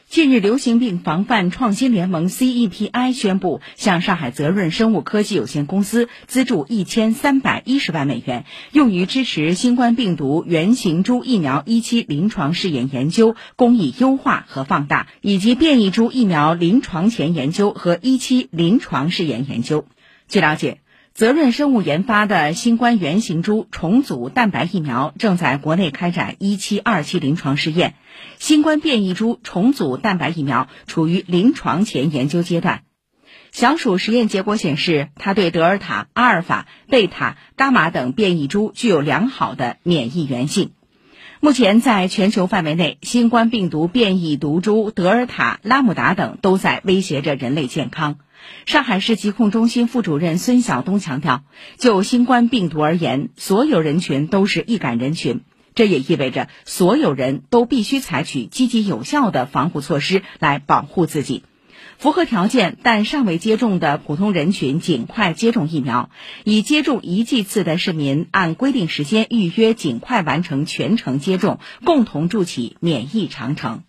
近日，流行病防范创新联盟 CEPI 宣布，向上海泽润生物科技有限公司资助1310万美元，用于支持新冠病毒原型株疫苗1期临床试验研究工艺优化和放大，以及变异株疫苗临床前研究和1期临床试验研究。据了解，泽润生物研发的新冠原型株重组蛋白疫苗正在国内开展1期、2期临床试验，新冠变异株重组蛋白疫苗处于临床前研究阶段。小鼠实验结果显示，它对德尔塔、阿尔法、贝塔、伽马等变异株具有良好的免疫原性。目前在全球范围内，新冠病毒变异毒株德尔塔、拉姆达等都在威胁着人类健康。上海市疾控中心副主任孙晓东强调，就新冠病毒而言，所有人群都是易感人群，这也意味着所有人都必须采取积极有效的防护措施来保护自己。符合条件但尚未接种的普通人群尽快接种疫苗，已接种1剂次的市民按规定时间预约，尽快完成全程接种，共同筑起免疫长城。